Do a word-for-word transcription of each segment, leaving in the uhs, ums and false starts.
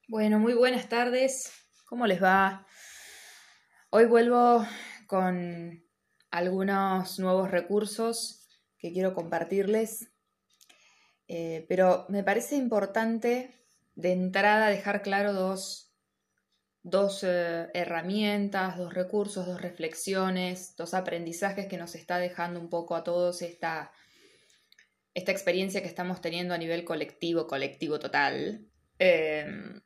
Bueno, muy buenas tardes. ¿Cómo les va? Hoy vuelvo con algunos nuevos recursos que quiero compartirles, eh, pero me parece importante de entrada dejar claro dos, dos eh, herramientas, dos recursos, dos reflexiones, dos aprendizajes que nos está dejando un poco a todos esta, esta experiencia que estamos teniendo a nivel colectivo, colectivo total. Eh,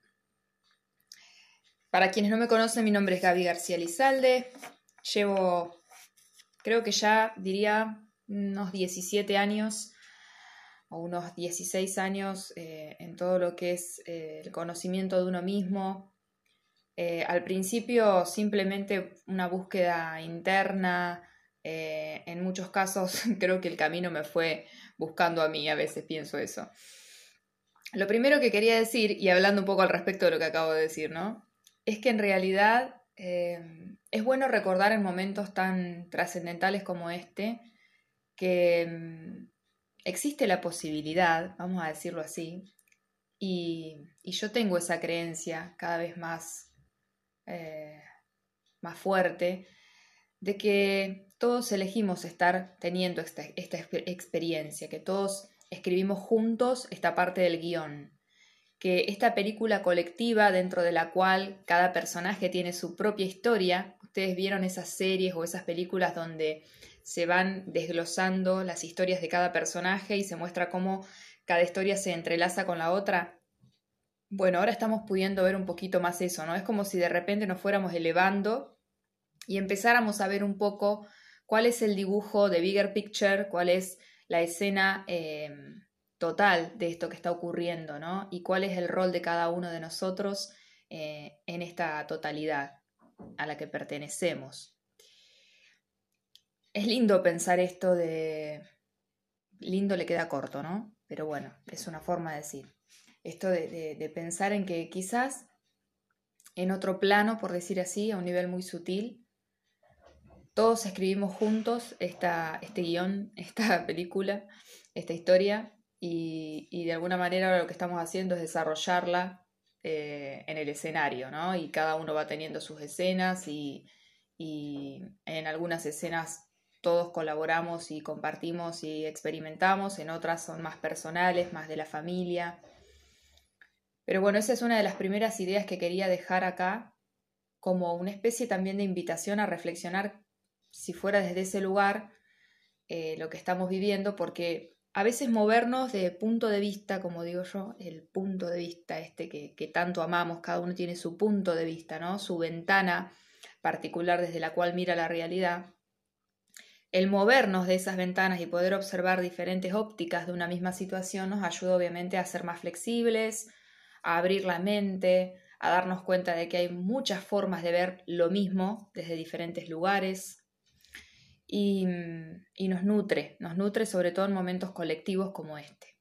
Para quienes no me conocen, mi nombre es Gaby García Lizalde. Llevo, creo que ya diría, unos diecisiete años o unos dieciséis años eh, en todo lo que es eh, el conocimiento de uno mismo. Eh, al principio simplemente una búsqueda interna. Eh, en muchos casos creo que el camino me fue buscando a mí, a veces pienso eso. Lo primero que quería decir, y hablando un poco al respecto de lo que acabo de decir, ¿no? Es que en realidad eh, es bueno recordar en momentos tan trascendentales como este que mm, existe la posibilidad, vamos a decirlo así, y, y yo tengo esa creencia cada vez más, eh, más fuerte, de que todos elegimos estar teniendo esta, esta experiencia, que todos escribimos juntos esta parte del guión, que esta película colectiva dentro de la cual cada personaje tiene su propia historia. Ustedes vieron esas series o esas películas donde se van desglosando las historias de cada personaje y se muestra cómo cada historia se entrelaza con la otra. Bueno, ahora estamos pudiendo ver un poquito más eso, ¿no? Es como si de repente nos fuéramos elevando y empezáramos a ver un poco cuál es el dibujo de Bigger Picture, cuál es la escena eh, total de esto que está ocurriendo, ¿no? Y cuál es el rol de cada uno de nosotros eh, en esta totalidad a la que pertenecemos. Es lindo pensar esto de... Lindo le queda corto, ¿no? Pero bueno, es una forma de decir. Esto de, de, de pensar en que quizás en otro plano, por decir así, a un nivel muy sutil, todos escribimos juntos esta, este guión, esta película, esta historia, y, y de alguna manera lo que estamos haciendo es desarrollarla eh, en el escenario, ¿no? Y cada uno va teniendo sus escenas y, y en algunas escenas todos colaboramos y compartimos y experimentamos, en otras son más personales, más de la familia. Pero bueno, esa es una de las primeras ideas que quería dejar acá como una especie también de invitación a reflexionar si fuera desde ese lugar eh, lo que estamos viviendo, porque a veces movernos de punto de vista, como digo yo, el punto de vista este que, que tanto amamos, cada uno tiene su punto de vista, ¿no? Su ventana particular desde la cual mira la realidad. El movernos de esas ventanas y poder observar diferentes ópticas de una misma situación nos ayuda obviamente a ser más flexibles, a abrir la mente, a darnos cuenta de que hay muchas formas de ver lo mismo desde diferentes lugares y, y nos nutre, nos nutre sobre todo en momentos colectivos como este.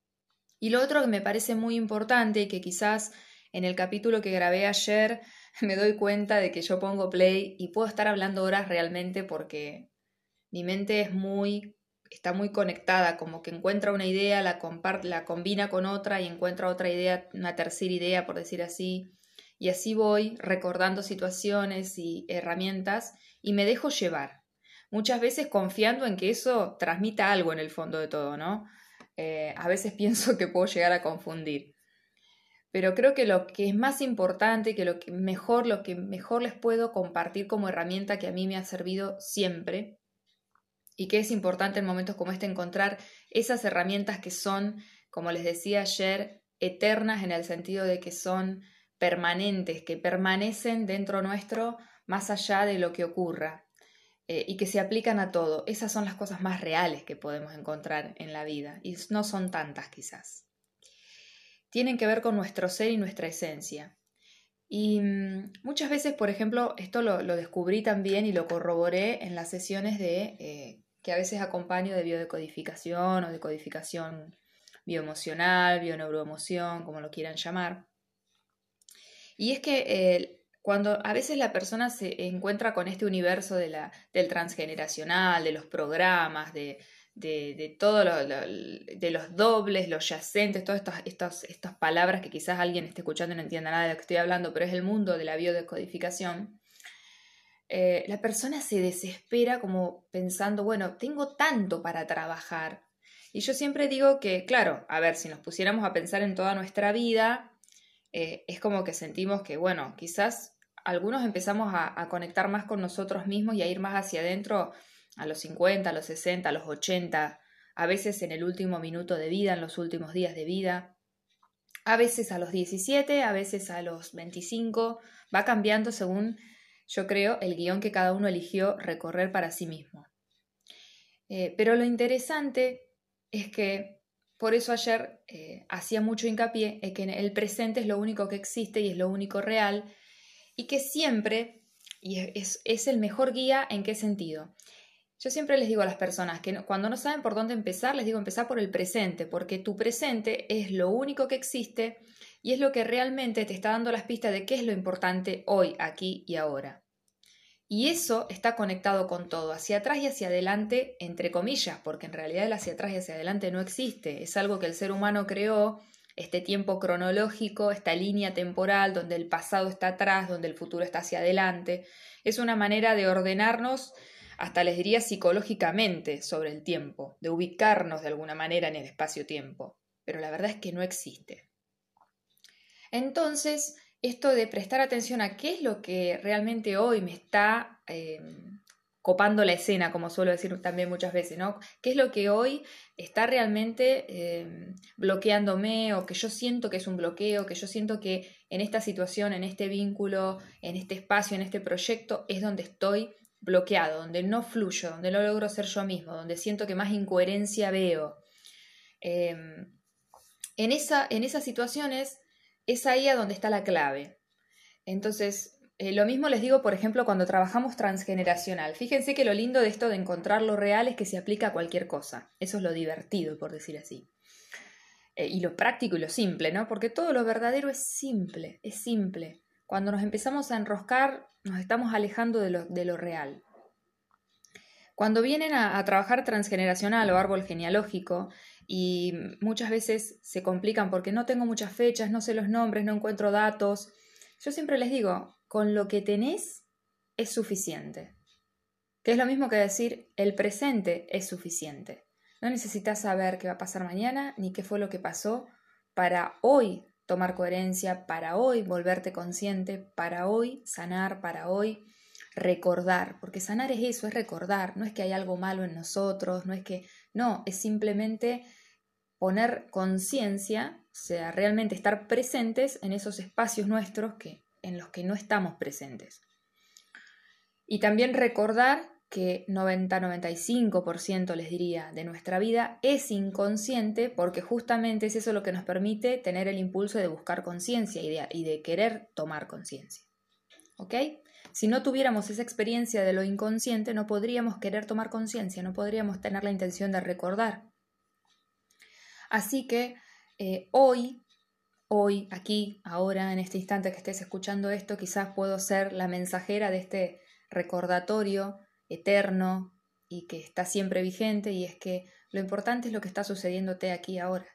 Y lo otro que me parece muy importante y que quizás en el capítulo que grabé ayer me doy cuenta de que yo pongo play y puedo estar hablando horas realmente porque mi mente es muy, está muy conectada, como que encuentra una idea, la, comparte, la combina con otra y encuentra otra idea, una tercera idea, por decir así. Y así voy recordando situaciones y herramientas y me dejo llevar. Muchas veces confiando en que eso transmita algo en el fondo de todo, ¿no? Eh, a veces pienso que puedo llegar a confundir. Pero creo que lo que es más importante, que lo que mejor, lo que mejor les puedo compartir como herramienta que a mí me ha servido siempre, y que es importante en momentos como este encontrar esas herramientas que son, como les decía ayer, eternas en el sentido de que son permanentes, que permanecen dentro nuestro más allá de lo que ocurra eh, y que se aplican a todo. Esas son las cosas más reales que podemos encontrar en la vida y no son tantas quizás. Tienen que ver con nuestro ser y nuestra esencia. Y mmm, muchas veces, por ejemplo, esto lo, lo descubrí también y lo corroboré en las sesiones de... Eh, que a veces acompaño de biodecodificación o de codificación bioemocional, bioneuroemoción, como lo quieran llamar. Y es que eh, cuando a veces la persona se encuentra con este universo de la, del transgeneracional, de los programas, de, de, de todo lo, lo, de los dobles, los yacentes, todas estas, estas, estas palabras que quizás alguien esté escuchando y no entienda nada de lo que estoy hablando, pero es el mundo de la biodecodificación. Eh, la persona se desespera como pensando, bueno, tengo tanto para trabajar. Y yo siempre digo que, claro, a ver, si nos pusiéramos a pensar en toda nuestra vida, eh, es como que sentimos que, bueno, quizás algunos empezamos a, a conectar más con nosotros mismos y a ir más hacia adentro a los cincuenta, a los sesenta, a los ochenta, a veces en el último minuto de vida, en los últimos días de vida, a veces a los diecisiete, a veces a los veinticinco, va cambiando según, yo creo, el guión que cada uno eligió recorrer para sí mismo. Eh, pero lo interesante es que, por eso ayer eh, hacía mucho hincapié en que el presente es lo único que existe y es lo único real, y que siempre, y es, es el mejor guía. ¿En qué sentido? Yo siempre les digo a las personas que no, cuando no saben por dónde empezar, les digo empezar por el presente, porque tu presente es lo único que existe y es lo que realmente te está dando las pistas de qué es lo importante hoy, aquí y ahora. Y eso está conectado con todo, hacia atrás y hacia adelante, entre comillas, porque en realidad el hacia atrás y hacia adelante no existe, es algo que el ser humano creó, este tiempo cronológico, esta línea temporal donde el pasado está atrás, donde el futuro está hacia adelante. Es una manera de ordenarnos, hasta les diría psicológicamente, sobre el tiempo, de ubicarnos de alguna manera en el espacio-tiempo, pero la verdad es que no existe. Entonces, esto de prestar atención a qué es lo que realmente hoy me está eh, copando la escena, como suelo decir también muchas veces, ¿no? ¿Qué es lo que hoy está realmente eh, bloqueándome, o que yo siento que es un bloqueo, que yo siento que en esta situación, en este vínculo, en este espacio, en este proyecto, es donde estoy bloqueado, donde no fluyo, donde no logro ser yo mismo, donde siento que más incoherencia veo? Eh, en, esa, en esas situaciones es ahí a donde está la clave. Entonces, eh, lo mismo les digo, por ejemplo, cuando trabajamos transgeneracional. Fíjense que lo lindo de esto de encontrar lo real es que se aplica a cualquier cosa. Eso es lo divertido, por decir así. Eh, y lo práctico y lo simple, ¿no? Porque todo lo verdadero es simple, es simple. Cuando nos empezamos a enroscar, nos estamos alejando de lo, de lo real. Cuando vienen a, a trabajar transgeneracional o árbol genealógico, y muchas veces se complican porque no tengo muchas fechas, no sé los nombres, no encuentro datos, yo siempre les digo, con lo que tenés es suficiente. Que es lo mismo que decir, el presente es suficiente. No necesitas saber qué va a pasar mañana, ni qué fue lo que pasó, para hoy tomar coherencia, para hoy volverte consciente, para hoy sanar, para hoy recordar, porque sanar es eso, es recordar, no es que hay algo malo en nosotros, no es que, no, es simplemente poner conciencia, o sea, realmente estar presentes en esos espacios nuestros que, en los que no estamos presentes. Y también recordar que noventa a noventa y cinco por ciento, les diría, de nuestra vida es inconsciente, porque justamente es eso lo que nos permite tener el impulso de buscar conciencia y de, y de querer tomar conciencia. ¿Ok? Si no tuviéramos esa experiencia de lo inconsciente, no podríamos querer tomar conciencia, no podríamos tener la intención de recordar. Así que eh, hoy, hoy, aquí, ahora, en este instante que estés escuchando esto, quizás puedo ser la mensajera de este recordatorio eterno y que está siempre vigente, y es que lo importante es lo que está sucediéndote aquí ahora.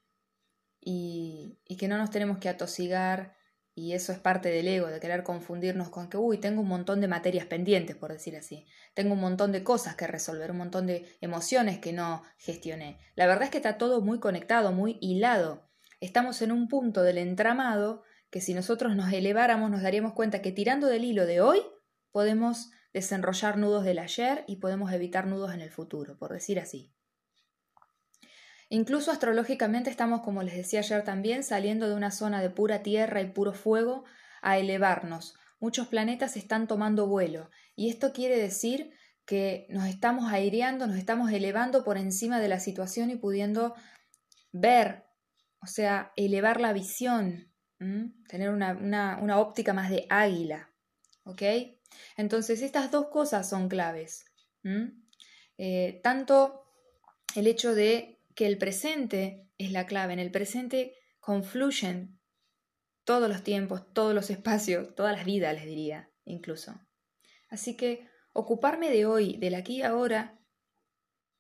Y, y que no nos tenemos que atosigar. Y eso es parte del ego, de querer confundirnos con que, uy, tengo un montón de materias pendientes, por decir así. Tengo un montón de cosas que resolver, un montón de emociones que no gestioné. La verdad es que está todo muy conectado, muy hilado. Estamos en un punto del entramado que si nosotros nos eleváramos nos daríamos cuenta que tirando del hilo de hoy podemos desenrollar nudos del ayer y podemos evitar nudos en el futuro, por decir así. Incluso astrológicamente estamos, como les decía ayer también, saliendo de una zona de pura tierra y puro fuego a elevarnos. Muchos planetas están tomando vuelo y esto quiere decir que nos estamos aireando, nos estamos elevando por encima de la situación y pudiendo ver, o sea, elevar la visión, ¿m? Tener una, una, una óptica más de águila, ¿ok? Entonces estas dos cosas son claves. Eh, tanto el hecho de que el presente es la clave. En el presente confluyen todos los tiempos, todos los espacios, todas las vidas, les diría, incluso. Así que ocuparme de hoy, del aquí y ahora,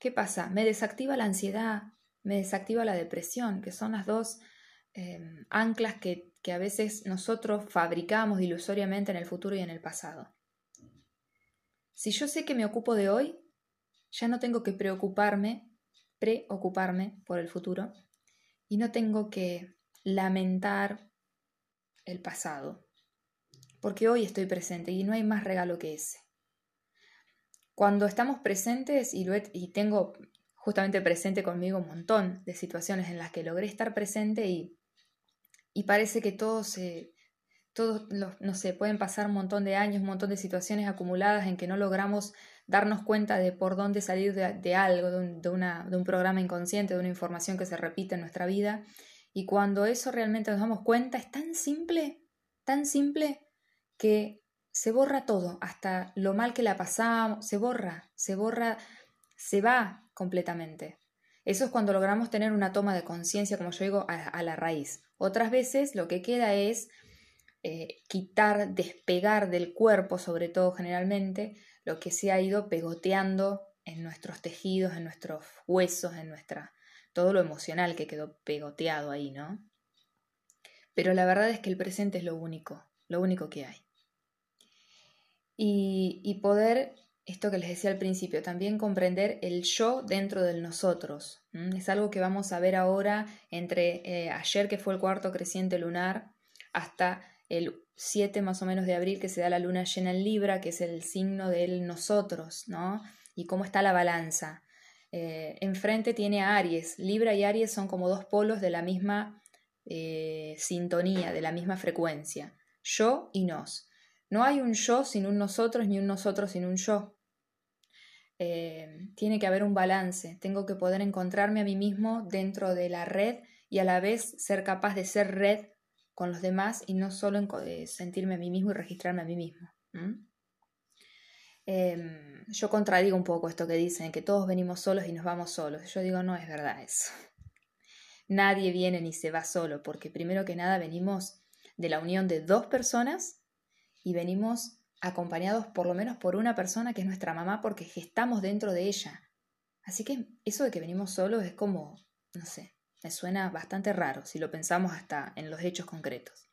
¿qué pasa? Me desactiva la ansiedad, me desactiva la depresión, que son las dos eh, anclas que, que a veces nosotros fabricamos ilusoriamente en el futuro y en el pasado. Si yo sé que me ocupo de hoy, ya no tengo que preocuparme, preocuparme por el futuro y no tengo que lamentar el pasado, porque hoy estoy presente y no hay más regalo que ese. Cuando estamos presentes, y, lo he, y tengo justamente presente conmigo un montón de situaciones en las que logré estar presente y, y parece que todo se... Todos los, no sé, pueden pasar un montón de años, un montón de situaciones acumuladas en que no logramos darnos cuenta de por dónde salir de, de algo, de un, de, una, de un programa inconsciente, de una información que se repite en nuestra vida. Y cuando eso realmente nos damos cuenta, es tan simple, tan simple, que se borra todo, hasta lo mal que la pasamos, se borra, se borra, se va completamente. Eso es cuando logramos tener una toma de conciencia, como yo digo, a, a la raíz. Otras veces lo que queda es Eh, quitar, despegar del cuerpo, sobre todo generalmente, lo que se ha ido pegoteando en nuestros tejidos, en nuestros huesos, en nuestra, todo lo emocional que quedó pegoteado ahí, ¿no? Pero la verdad es que el presente es lo único, lo único que hay. Y, y poder, esto que les decía al principio, también comprender el yo dentro del nosotros. ¿Mm? Es algo que vamos a ver ahora entre eh, ayer, que fue el cuarto creciente lunar, hasta el siete más o menos de abril, que se da la luna llena en Libra, que es el signo del nosotros, ¿no? Y cómo está la balanza. Eh, enfrente tiene a Aries. Libra y Aries son como dos polos de la misma eh, sintonía, de la misma frecuencia. Yo y nos. No hay un yo sin un nosotros, ni un nosotros sin un yo. Eh, tiene que haber un balance. Tengo que poder encontrarme a mí mismo dentro de la red y a la vez ser capaz de ser red con los demás y no solo en, eh, sentirme a mí mismo y registrarme a mí mismo. ¿Mm? Eh, yo contradigo un poco esto que dicen, que todos venimos solos y nos vamos solos. Yo digo, no es verdad eso. Nadie viene ni se va solo, porque primero que nada venimos de la unión de dos personas y venimos acompañados por lo menos por una persona que es nuestra mamá, porque gestamos dentro de ella. Así que eso de que venimos solos es como, no sé, me suena bastante raro si lo pensamos hasta en los hechos concretos.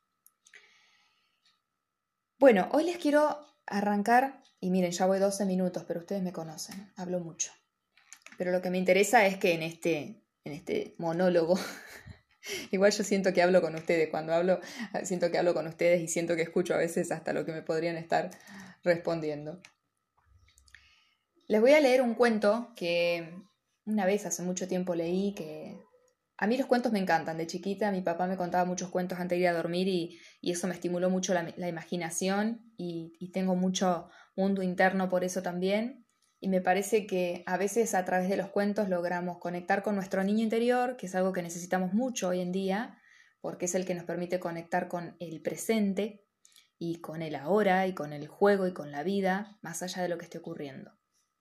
Bueno, hoy les quiero arrancar, y miren, ya voy doce minutos, pero ustedes me conocen, hablo mucho. Pero lo que me interesa es que en este, en este monólogo, igual yo siento que hablo con ustedes, cuando hablo, siento que hablo con ustedes y siento que escucho a veces hasta lo que me podrían estar respondiendo. Les voy a leer un cuento que una vez hace mucho tiempo leí, que a mí los cuentos me encantan. De chiquita mi papá me contaba muchos cuentos antes de ir a dormir y, y eso me estimuló mucho la, la imaginación y, y tengo mucho mundo interno por eso también. Y me parece que a veces a través de los cuentos logramos conectar con nuestro niño interior, que es algo que necesitamos mucho hoy en día, porque es el que nos permite conectar con el presente y con el ahora y con el juego y con la vida, más allá de lo que esté ocurriendo.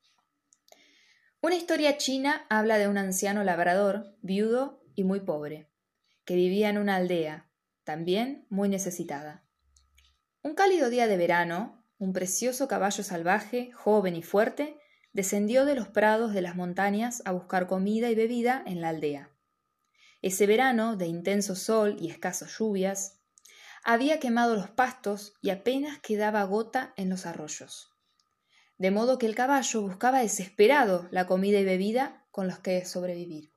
Una historia china habla de un anciano labrador, viudo y muy pobre, que vivía en una aldea, también muy necesitada. Un cálido día de verano, un precioso caballo salvaje, joven y fuerte, descendió de los prados de las montañas a buscar comida y bebida en la aldea. Ese verano, de intenso sol y escasas lluvias, había quemado los pastos y apenas quedaba gota en los arroyos. De modo que el caballo buscaba desesperado la comida y bebida con los que sobrevivir.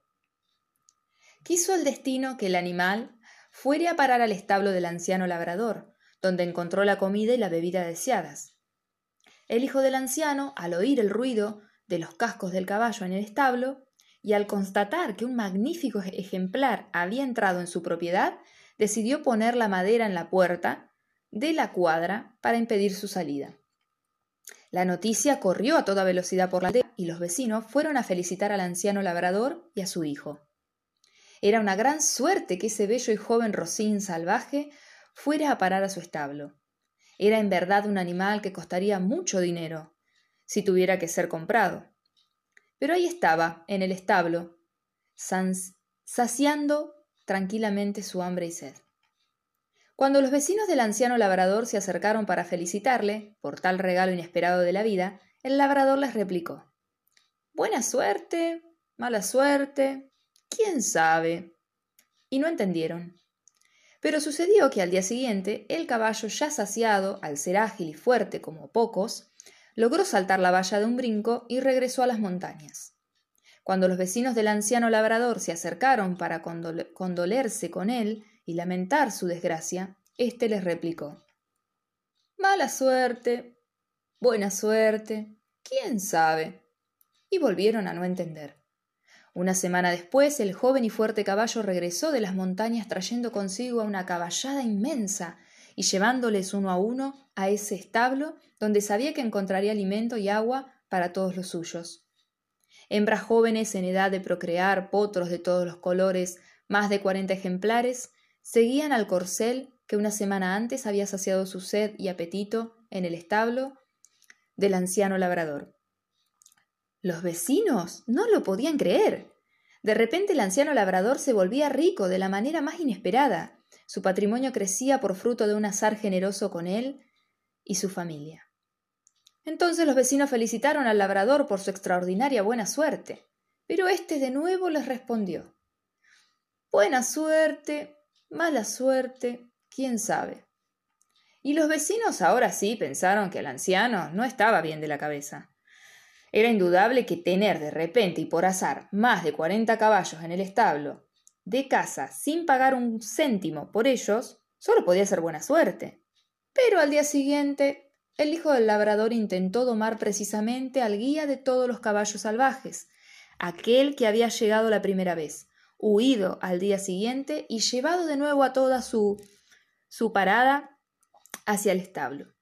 Quiso el destino que el animal fuera a parar al establo del anciano labrador, donde encontró la comida y la bebida deseadas. El hijo del anciano, al oír el ruido de los cascos del caballo en el establo, y al constatar que un magnífico ejemplar había entrado en su propiedad, decidió poner la madera en la puerta de la cuadra para impedir su salida. La noticia corrió a toda velocidad por la aldea y los vecinos fueron a felicitar al anciano labrador y a su hijo. Era una gran suerte que ese bello y joven rocín salvaje fuera a parar a su establo. Era en verdad un animal que costaría mucho dinero, si tuviera que ser comprado. Pero ahí estaba, en el establo, saciando tranquilamente su hambre y sed. Cuando los vecinos del anciano labrador se acercaron para felicitarle por tal regalo inesperado de la vida, el labrador les replicó: buena suerte, mala suerte, quién sabe. Y no entendieron. Pero sucedió que al día siguiente el caballo, ya saciado, al ser ágil y fuerte como pocos, logró saltar la valla de un brinco y regresó a las montañas. Cuando los vecinos del anciano labrador se acercaron para condol- condolerse con él y lamentar su desgracia, éste les replicó: «Mala suerte, buena suerte, quién sabe». Y volvieron a no entender. Una semana después, el joven y fuerte caballo regresó de las montañas trayendo consigo a una caballada inmensa y llevándoles uno a uno a ese establo donde sabía que encontraría alimento y agua para todos los suyos. Hembras jóvenes en edad de procrear, potros de todos los colores, más de cuarenta ejemplares, seguían al corcel que una semana antes había saciado su sed y apetito en el establo del anciano labrador. Los vecinos no lo podían creer. De repente el anciano labrador se volvía rico de la manera más inesperada. Su patrimonio crecía por fruto de un azar generoso con él y su familia. Entonces los vecinos felicitaron al labrador por su extraordinaria buena suerte, pero éste de nuevo les respondió: «Buena suerte, mala suerte, quién sabe». Y los vecinos ahora sí pensaron que el anciano no estaba bien de la cabeza. Era indudable que tener de repente y por azar más de cuarenta caballos en el establo de casa sin pagar un céntimo por ellos solo podía ser buena suerte. Pero al día siguiente el hijo del labrador intentó domar precisamente al guía de todos los caballos salvajes, aquel que había llegado la primera vez, huido al día siguiente y llevado de nuevo a toda su, su parada hacia el establo.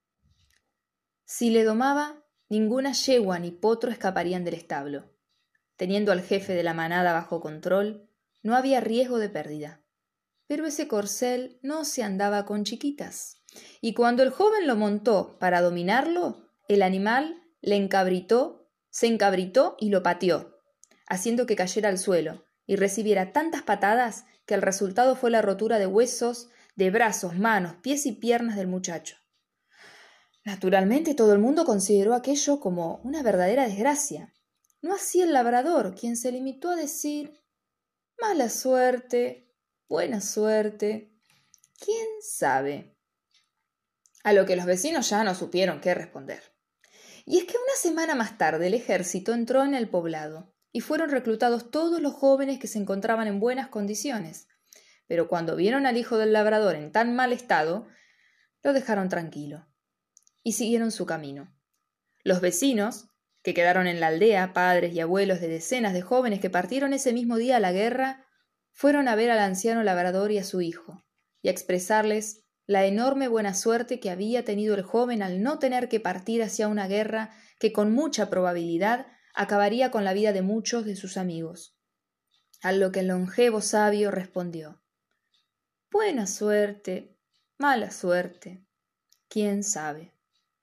Si le domaba, ninguna yegua ni potro escaparían del establo. Teniendo al jefe de la manada bajo control, no había riesgo de pérdida. Pero ese corcel no se andaba con chiquitas, y cuando el joven lo montó para dominarlo, el animal le encabritó, se encabritó y lo pateó, haciendo que cayera al suelo y recibiera tantas patadas que el resultado fue la rotura de huesos, de brazos, manos, pies y piernas del muchacho. Naturalmente todo el mundo consideró aquello como una verdadera desgracia. No así el labrador, quien se limitó a decir: «Mala suerte, buena suerte, quién sabe». A lo que los vecinos ya no supieron qué responder. Y es que una semana más tarde el ejército entró en el poblado y fueron reclutados todos los jóvenes que se encontraban en buenas condiciones. Pero cuando vieron al hijo del labrador en tan mal estado, lo dejaron tranquilo y siguieron su camino. Los vecinos, que quedaron en la aldea, padres y abuelos de decenas de jóvenes que partieron ese mismo día a la guerra, fueron a ver al anciano labrador y a su hijo, y a expresarles la enorme buena suerte que había tenido el joven al no tener que partir hacia una guerra que con mucha probabilidad acabaría con la vida de muchos de sus amigos. A lo que el longevo sabio respondió: «Buena suerte, mala suerte, quién sabe».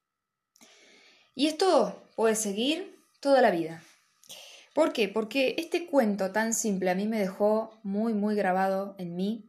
Y esto puede seguir toda la vida. ¿Por qué? Porque este cuento tan simple a mí me dejó muy, muy grabado en mí.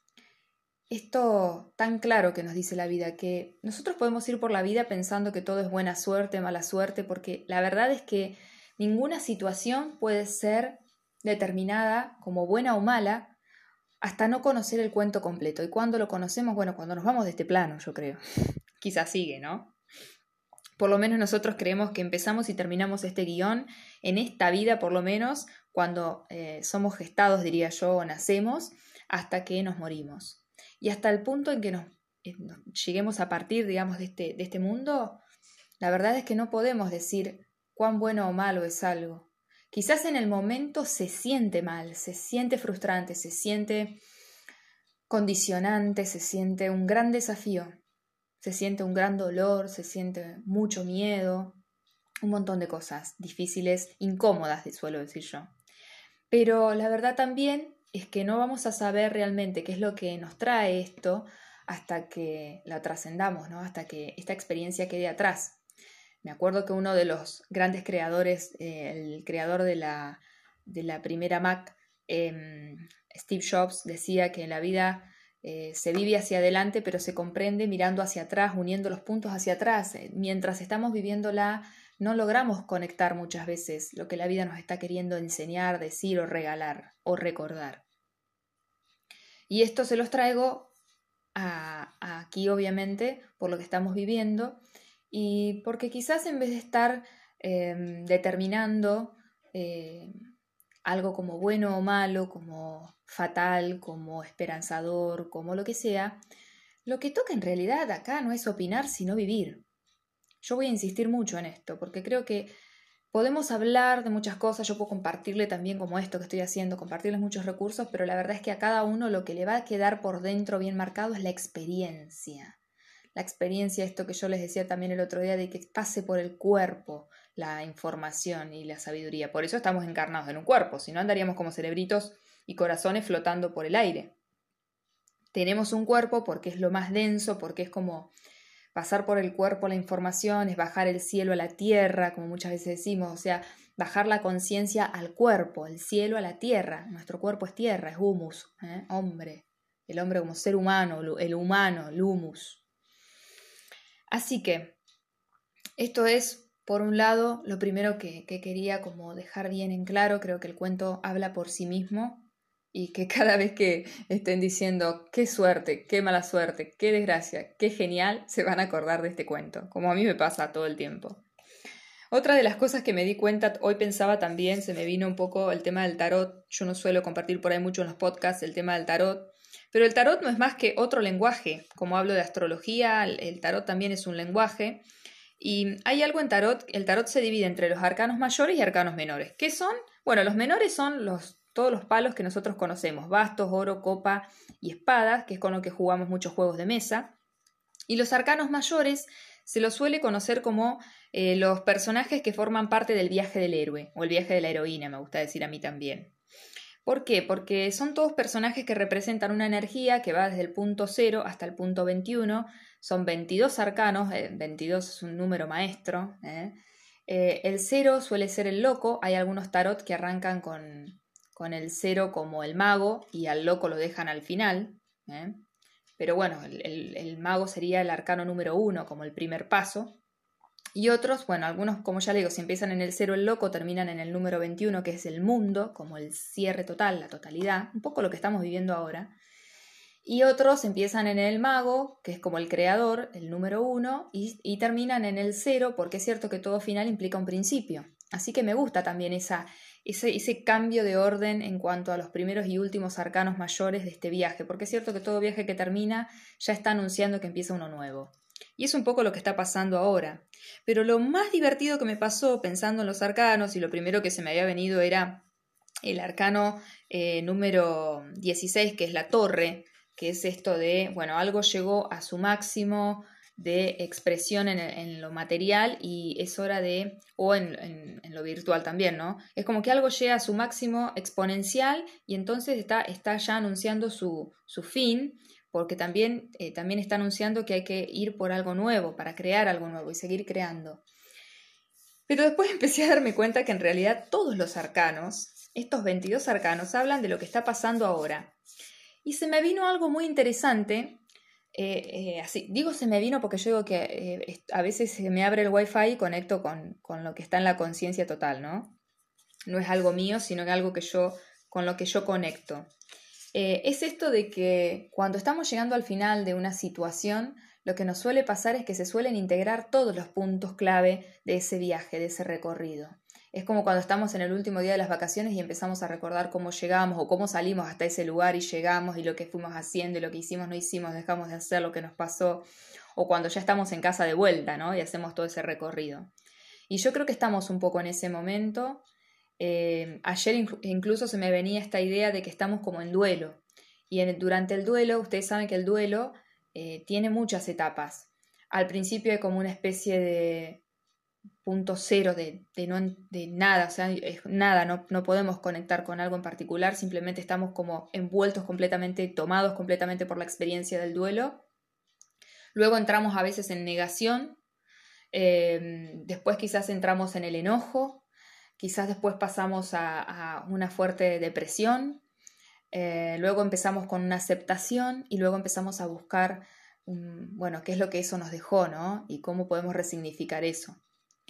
Esto tan claro que nos dice la vida, que nosotros podemos ir por la vida pensando que todo es buena suerte, mala suerte, porque la verdad es que ninguna situación puede ser determinada como buena o mala hasta no conocer el cuento completo. Y cuando lo conocemos, bueno, cuando nos vamos de este plano, yo creo. Quizás sigue, ¿no? Por lo menos nosotros creemos que empezamos y terminamos este guión en esta vida, por lo menos, cuando eh, somos gestados, diría yo, o nacemos, hasta que nos morimos. Y hasta el punto en que nos, eh, nos lleguemos a partir, digamos, de este, de este mundo, la verdad es que no podemos decir cuán bueno o malo es algo. Quizás en el momento se siente mal, se siente frustrante, se siente condicionante, se siente un gran desafío. Se siente un gran dolor, se siente mucho miedo, un montón de cosas difíciles, incómodas, suelo decir yo. Pero la verdad también es que no vamos a saber realmente qué es lo que nos trae esto hasta que la trascendamos, ¿no? Hasta que esta experiencia quede atrás. Me acuerdo que uno de los grandes creadores, eh, el creador de la, de la primera Mac, eh, Steve Jobs, decía que en la vida Eh, se vive hacia adelante, pero se comprende mirando hacia atrás, uniendo los puntos hacia atrás. Eh, mientras estamos viviéndola, no logramos conectar muchas veces lo que la vida nos está queriendo enseñar, decir o regalar o recordar. Y esto se los traigo a, a aquí, obviamente, por lo que estamos viviendo y porque quizás en vez de estar eh, determinando eh, algo como bueno o malo, como fatal, como esperanzador, como lo que sea, lo que toca en realidad acá no es opinar, sino vivir. Yo voy a insistir mucho en esto, porque creo que podemos hablar de muchas cosas, yo puedo compartirle también como esto que estoy haciendo, compartirles muchos recursos, pero la verdad es que a cada uno lo que le va a quedar por dentro bien marcado es la experiencia. La experiencia, esto que yo les decía también el otro día, de que pase por el cuerpo la información y la sabiduría. Por eso estamos encarnados en un cuerpo, si no andaríamos como cerebritos y corazones flotando por el aire. Tenemos un cuerpo porque es lo más denso, porque es como pasar por el cuerpo la información, es bajar el cielo a la tierra, como muchas veces decimos, o sea, bajar la conciencia al cuerpo, el cielo a la tierra. Nuestro cuerpo es tierra, es humus, ¿eh? Hombre, el hombre como ser humano, el humano, el humus. Así que esto es, por un lado, lo primero que, que quería como dejar bien en claro. Creo que el cuento habla por sí mismo y que cada vez que estén diciendo qué suerte, qué mala suerte, qué desgracia, qué genial, se van a acordar de este cuento, como a mí me pasa todo el tiempo. Otra de las cosas que me di cuenta, hoy pensaba también, se me vino un poco el tema del tarot. Yo no suelo compartir por ahí mucho en los podcasts el tema del tarot, pero el tarot no es más que otro lenguaje. Como hablo de astrología, el tarot también es un lenguaje. Y hay algo en tarot, el tarot se divide entre los arcanos mayores y arcanos menores. ¿Qué son? Bueno, los menores son los, todos los palos que nosotros conocemos, bastos, oro, copa y espadas, que es con lo que jugamos muchos juegos de mesa. Y los arcanos mayores se los suele conocer como eh, los personajes que forman parte del viaje del héroe, o el viaje de la heroína, me gusta decir a mí también. ¿Por qué? Porque son todos personajes que representan una energía que va desde el punto cero hasta el punto veintiuno. Son veintidós arcanos, eh, veintidós es un número maestro. ¿eh? Eh, el cero suele ser el loco. Hay algunos tarot que arrancan con, con el cero como el mago y al loco lo dejan al final. ¿eh? Pero bueno, el, el, el mago sería el arcano número uno, como el primer paso. Y otros, bueno, algunos, como ya le digo, si empiezan en el cero el loco, terminan en el número veintiuno, que es el mundo, como el cierre total, la totalidad, un poco lo que estamos viviendo ahora. Y otros empiezan en el mago, que es como el creador, el número uno, y, y terminan en el cero, porque es cierto que todo final implica un principio. Así que me gusta también esa, ese, ese cambio de orden en cuanto a los primeros y últimos arcanos mayores de este viaje, porque es cierto que todo viaje que termina ya está anunciando que empieza uno nuevo. Y es un poco lo que está pasando ahora. Pero lo más divertido que me pasó pensando en los arcanos, y lo primero que se me había venido era el arcano eh, número dieciséis, que es la torre, que es esto de, bueno, algo llegó a su máximo de expresión en, en lo material y es hora de, o en, en, en lo virtual también, ¿no? Es como que algo llega a su máximo exponencial y entonces está, está ya anunciando su, su fin, porque también, eh, también está anunciando que hay que ir por algo nuevo, para crear algo nuevo y seguir creando. Pero después empecé a darme cuenta que en realidad todos los arcanos, estos veintidós arcanos, hablan de lo que está pasando ahora. Y se me vino algo muy interesante, eh, eh, así, digo se me vino porque yo digo que eh, a veces se me abre el wifi y conecto con, con lo que está en la conciencia total, ¿no? No es algo mío, sino que algo que yo, con lo que yo conecto. Eh, es esto de que cuando estamos llegando al final de una situación, lo que nos suele pasar es que se suelen integrar todos los puntos clave de ese viaje, de ese recorrido. Es como cuando estamos en el último día de las vacaciones y empezamos a recordar cómo llegamos o cómo salimos hasta ese lugar y llegamos y lo que fuimos haciendo y lo que hicimos, no hicimos, dejamos de hacer lo que nos pasó, o cuando ya estamos en casa de vuelta, ¿no? Y hacemos todo ese recorrido. Y yo creo que estamos un poco en ese momento. Eh, ayer inc- incluso se me venía esta idea de que estamos como en duelo. Y en, durante el duelo, ustedes saben que el duelo eh, tiene muchas etapas. Al principio hay como una especie de punto cero de, de, no, de nada, o sea, es nada, no, no podemos conectar con algo en particular, simplemente estamos como envueltos completamente, tomados completamente por la experiencia del duelo. Luego entramos a veces en negación, eh, después quizás entramos en el enojo, quizás después pasamos a, a una fuerte depresión, eh, luego empezamos con una aceptación y luego empezamos a buscar, um, bueno, qué es lo que eso nos dejó, ¿no? Y cómo podemos resignificar eso.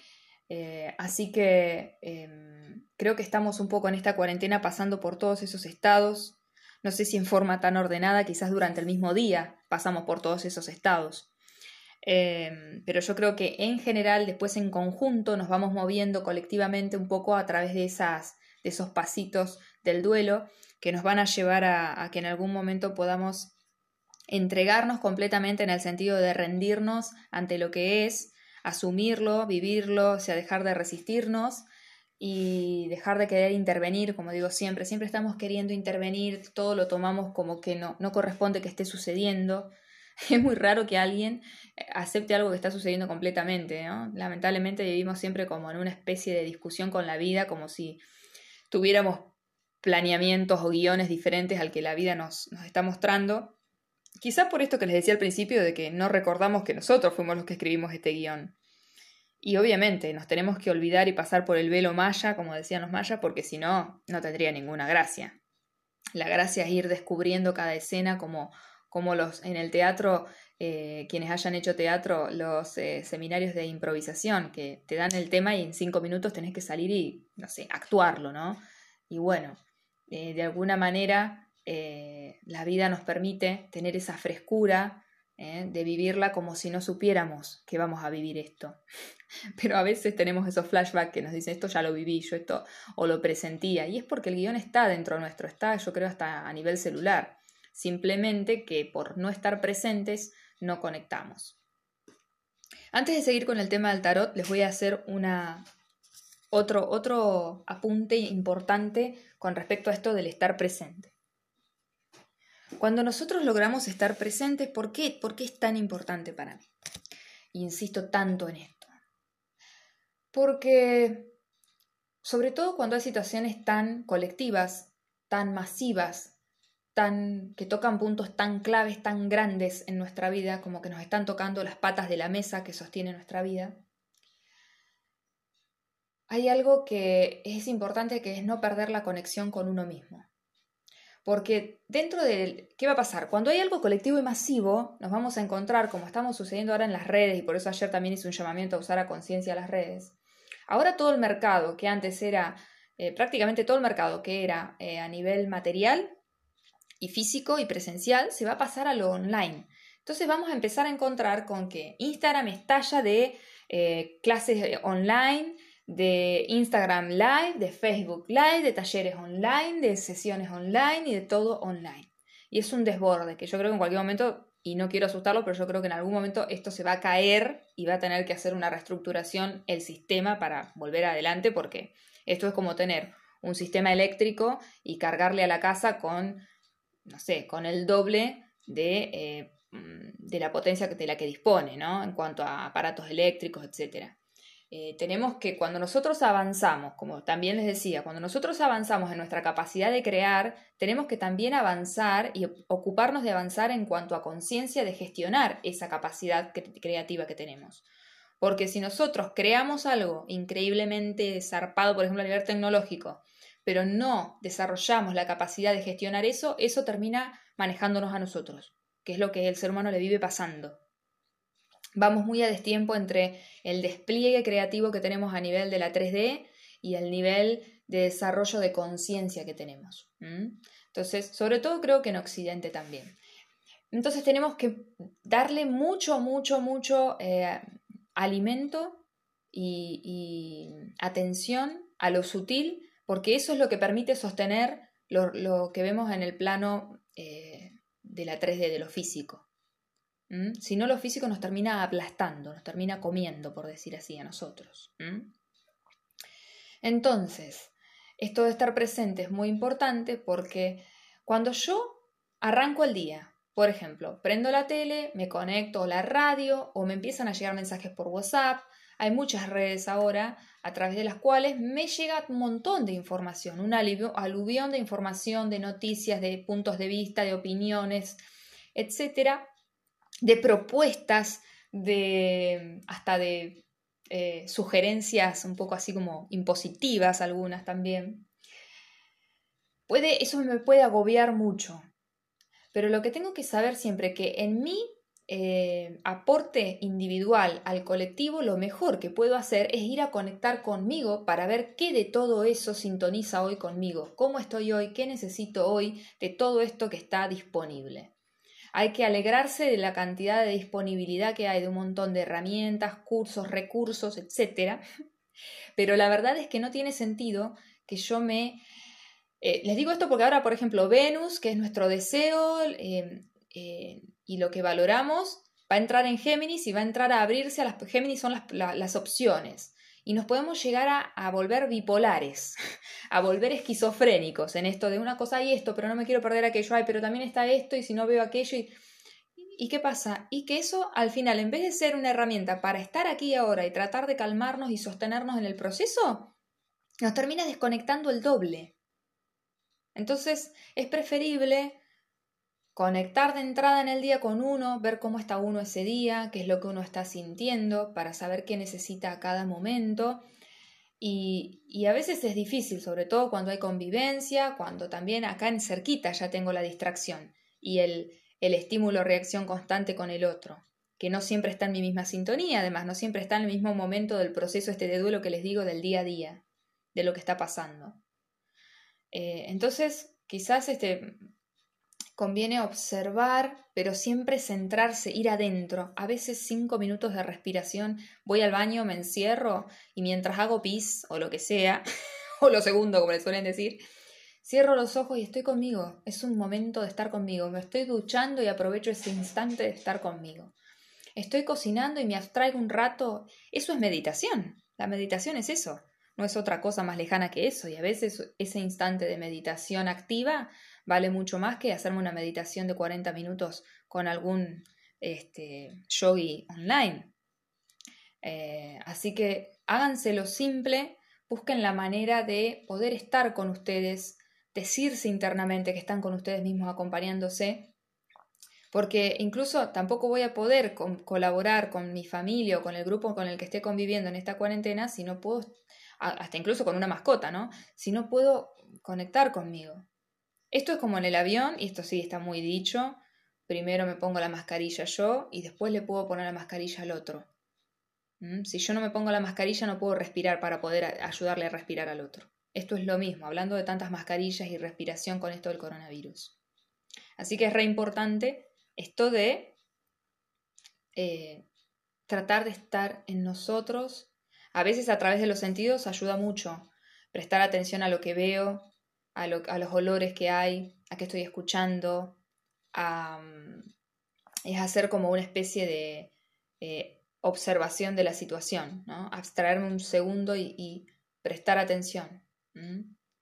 Eh, así que eh, creo que estamos un poco en esta cuarentena pasando por todos esos estados. No sé si en forma tan ordenada, quizás durante el mismo día pasamos por todos esos estados. Eh, pero yo creo que en general, después en conjunto, nos vamos moviendo colectivamente un poco a través de, esas, de esos pasitos del duelo que nos van a llevar a, a que en algún momento podamos entregarnos completamente en el sentido de rendirnos ante lo que es, asumirlo, vivirlo, o sea, dejar de resistirnos y dejar de querer intervenir, como digo siempre, siempre estamos queriendo intervenir, todo lo tomamos como que no, no corresponde que esté sucediendo. Es muy raro que alguien acepte algo que está sucediendo completamente, ¿no? Lamentablemente vivimos siempre como en una especie de discusión con la vida, como si tuviéramos planeamientos o guiones diferentes al que la vida nos, nos está mostrando. Quizá por esto que les decía al principio de que no recordamos que nosotros fuimos los que escribimos este guión. Y obviamente nos tenemos que olvidar y pasar por el velo maya, como decían los mayas, porque si no, no tendría ninguna gracia. La gracia es ir descubriendo cada escena como, como los, en el teatro, eh, quienes hayan hecho teatro, los eh, seminarios de improvisación, que te dan el tema y en cinco minutos tenés que salir y, no sé, actuarlo, ¿no? Y bueno, eh, de alguna manera eh, la vida nos permite tener esa frescura, eh, de vivirla como si no supiéramos que vamos a vivir esto. Pero a veces tenemos esos flashbacks que nos dicen esto ya lo viví, yo esto o lo presentía, y es porque el guión está dentro nuestro, está yo creo hasta a nivel celular, simplemente que por no estar presentes no conectamos. Antes de seguir con el tema del tarot, les voy a hacer una, otro, otro apunte importante con respecto a esto del estar presente. Cuando nosotros logramos estar presentes, ¿por qué? ¿Por qué es tan importante para mí? Insisto tanto en esto. Porque, sobre todo cuando hay situaciones tan colectivas, tan masivas, tan, que tocan puntos tan claves, tan grandes en nuestra vida, como que nos están tocando las patas de la mesa que sostiene nuestra vida, hay algo que es importante, que es no perder la conexión con uno mismo. Porque dentro de... ¿Qué va a pasar? Cuando hay algo colectivo y masivo, nos vamos a encontrar, como estamos sucediendo ahora en las redes, y por eso ayer también hice un llamamiento a usar a conciencia las redes. Ahora todo el mercado, que antes era, eh, prácticamente todo el mercado que era eh, a nivel material y físico y presencial, se va a pasar a lo online. Entonces vamos a empezar a encontrar con que Instagram estalla de eh, clases online, de Instagram Live, de Facebook Live, de talleres online, de sesiones online y de todo online. Y es un desborde que yo creo que en cualquier momento, y no quiero asustarlo, pero yo creo que en algún momento esto se va a caer y va a tener que hacer una reestructuración el sistema para volver adelante, porque esto es como tener un sistema eléctrico y cargarle a la casa con, no sé, con el doble de, eh, de la potencia de la que dispone, ¿no? En cuanto a aparatos eléctricos, etcétera. Eh, tenemos que, cuando nosotros avanzamos, como también les decía, cuando nosotros avanzamos en nuestra capacidad de crear, tenemos que también avanzar y ocuparnos de avanzar en cuanto a conciencia de gestionar esa capacidad cre- creativa que tenemos. Porque si nosotros creamos algo increíblemente zarpado, por ejemplo, a nivel tecnológico, pero no desarrollamos la capacidad de gestionar eso, eso termina manejándonos a nosotros, que es lo que el ser humano le vive pasando. Vamos muy a destiempo entre el despliegue creativo que tenemos a nivel de la tres D y el nivel de desarrollo de conciencia que tenemos. ¿Mm? Entonces, sobre todo creo que en Occidente también. Entonces tenemos que darle mucho, mucho, mucho eh, alimento y, y atención a lo sutil, porque eso es lo que permite sostener lo, lo que vemos en el plano eh, de la tres D, de lo físico. ¿Mm? Si no, lo físico nos termina aplastando, nos termina comiendo, por decir así, a nosotros. ¿Mm? Entonces, esto de estar presente es muy importante porque cuando yo arranco el día, por ejemplo, prendo la tele, me conecto a la radio o me empiezan a llegar mensajes por WhatsApp, hay muchas redes ahora a través de las cuales me llega un montón de información, un aluvión de información, de noticias, de puntos de vista, de opiniones, etcétera, de propuestas, de hasta de eh, sugerencias un poco así como impositivas, algunas también. Puede, eso me puede agobiar mucho, pero lo que tengo que saber siempre que en mí eh, aporte individual al colectivo, lo mejor que puedo hacer es ir a conectar conmigo para ver qué de todo eso sintoniza hoy conmigo, cómo estoy hoy, qué necesito hoy de todo esto que está disponible. Hay que alegrarse de la cantidad de disponibilidad que hay, de un montón de herramientas, cursos, recursos, etcétera. Pero la verdad es que no tiene sentido que yo me... Eh, les digo esto porque ahora, por ejemplo, Venus, que es nuestro deseo eh, eh, y lo que valoramos, va a entrar en Géminis y va a entrar a abrirse a las... Géminis son las, la, las opciones. Y nos podemos llegar a, a volver bipolares, a volver esquizofrénicos en esto de una cosa y esto, pero no me quiero perder aquello, ay, pero también está esto y si no veo aquello y... ¿Y qué pasa? Y que eso, al final, en vez de ser una herramienta para estar aquí y ahora y tratar de calmarnos y sostenernos en el proceso, nos termina desconectando el doble. Entonces, es preferible conectar de entrada en el día con uno, ver cómo está uno ese día, qué es lo que uno está sintiendo, para saber qué necesita a cada momento. Y, y a veces es difícil, sobre todo cuando hay convivencia, cuando también acá en cerquita ya tengo la distracción y el... el estímulo-reacción constante con el otro, que no siempre está en mi misma sintonía, además no siempre está en el mismo momento del proceso este de duelo que les digo del día a día, de lo que está pasando. Eh, entonces, quizás este, conviene observar, pero siempre centrarse, ir adentro. A veces cinco minutos de respiración, voy al baño, me encierro y mientras hago pis o lo que sea, o lo segundo, como le suelen decir, cierro los ojos y estoy conmigo. Es un momento de estar conmigo. Me estoy duchando y aprovecho ese instante de estar conmigo. Estoy cocinando y me abstraigo un rato. Eso es meditación. La meditación es eso. No es otra cosa más lejana que eso. Y a veces ese instante de meditación activa vale mucho más que hacerme una meditación de cuarenta minutos con algún este, yogi online. Eh, así que háganselo simple. Busquen la manera de poder estar con ustedes, decirse internamente que están con ustedes mismos acompañándose, porque incluso tampoco voy a poder con, colaborar con mi familia o con el grupo con el que esté conviviendo en esta cuarentena si no puedo, hasta incluso con una mascota, ¿no? Si no puedo conectar conmigo. Esto es como en el avión, y esto sí está muy dicho, primero me pongo la mascarilla yo y después le puedo poner la mascarilla al otro. ¿Mm? Si yo no me pongo la mascarilla no puedo respirar para poder ayudarle a respirar al otro. Esto es lo mismo, hablando de tantas mascarillas y respiración con esto del coronavirus. Así que es re importante esto de eh, tratar de estar en nosotros. A veces a través de los sentidos ayuda mucho. Prestar atención a lo que veo, a, lo, a los olores que hay, a qué estoy escuchando. A, es hacer como una especie de eh, observación de la situación, ¿no? Abstraerme un segundo y, y prestar atención. ¿Mm?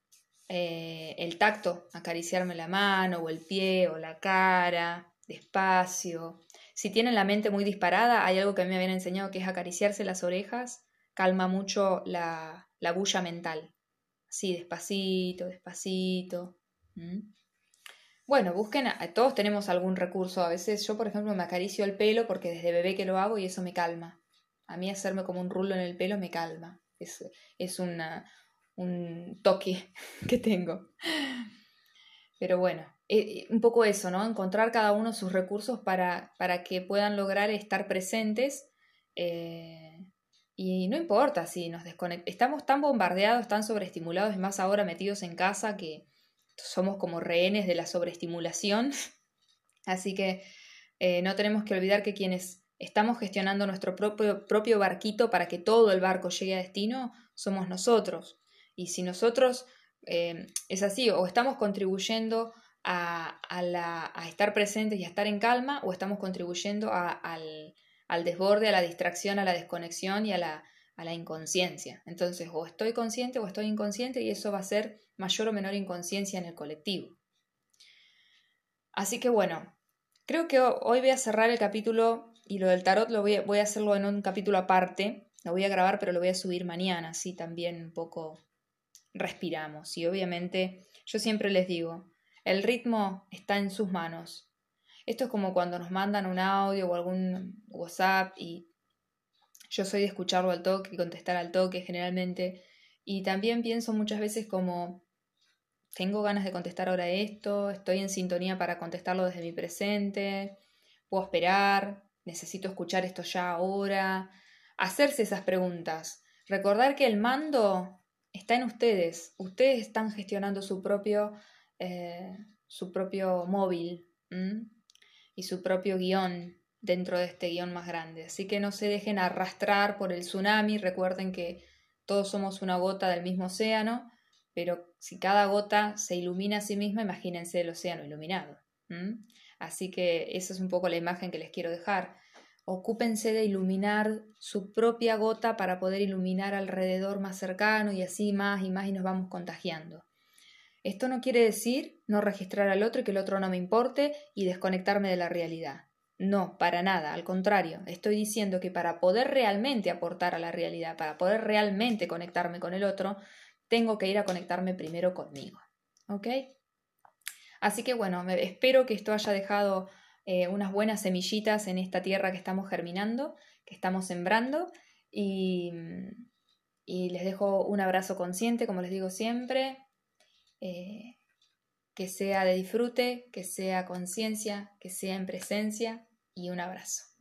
Eh, el tacto, acariciarme la mano o el pie o la cara, despacio. Si tienen la mente muy disparada, hay algo que a mí me habían enseñado que es acariciarse las orejas, calma mucho la, la bulla mental. Así, despacito, despacito. ¿Mm? Bueno, busquen, todos tenemos algún recurso. A veces yo, por ejemplo, me acaricio el pelo porque desde bebé que lo hago y eso me calma. A mí hacerme como un rulo en el pelo me calma. Es, es una, un toque que tengo. Pero bueno, eh, un poco eso, ¿no? Encontrar cada uno sus recursos para, para que puedan lograr estar presentes. Eh, y no importa si nos desconectamos. Estamos tan bombardeados, tan sobreestimulados, y más ahora metidos en casa que somos como rehenes de la sobreestimulación. Así que eh, no tenemos que olvidar que quienes estamos gestionando nuestro propio, propio barquito para que todo el barco llegue a destino somos nosotros. Y si nosotros eh, es así, o estamos contribuyendo a, a, la, a estar presentes y a estar en calma, o estamos contribuyendo a, al, al desborde, a la distracción, a la desconexión y a la, a la inconsciencia. Entonces, o estoy consciente o estoy inconsciente, y eso va a ser mayor o menor inconsciencia en el colectivo. Así que bueno, creo que hoy voy a cerrar el capítulo, y lo del tarot lo voy a, voy a hacerlo en un capítulo aparte. Lo voy a grabar, pero lo voy a subir mañana, así también un poco respiramos. Y obviamente yo siempre les digo, el ritmo está en sus manos. Esto es como cuando nos mandan un audio o algún WhatsApp y yo soy de escucharlo al toque y contestar al toque generalmente. Y también pienso muchas veces como, tengo ganas de contestar ahora esto, estoy en sintonía para contestarlo desde mi presente, ¿Puedo esperar? ¿Necesito escuchar esto ya ahora? Hacerse esas preguntas. Recordar que el mando está en ustedes. Ustedes están gestionando su propio, eh, su propio móvil, ¿m? Y su propio guión dentro de este guión más grande. Así que no se dejen arrastrar por el tsunami. Recuerden que todos somos una gota del mismo océano, pero si cada gota se ilumina a sí misma, imagínense el océano iluminado. ¿m? Así que esa es un poco la imagen que les quiero dejar. Ocúpense de iluminar su propia gota para poder iluminar alrededor más cercano y así más y más y nos vamos contagiando. Esto no quiere decir no registrar al otro y que el otro no me importe y desconectarme de la realidad. No, para nada, al contrario, estoy diciendo que para poder realmente aportar a la realidad, para poder realmente conectarme con el otro, tengo que ir a conectarme primero conmigo. ¿Ok? Así que bueno, me, espero que esto haya dejado eh, unas buenas semillitas en esta tierra que estamos germinando, que estamos sembrando y, y les dejo un abrazo consciente, como les digo siempre, eh, que sea de disfrute, que sea conciencia, que sea en presencia y un abrazo.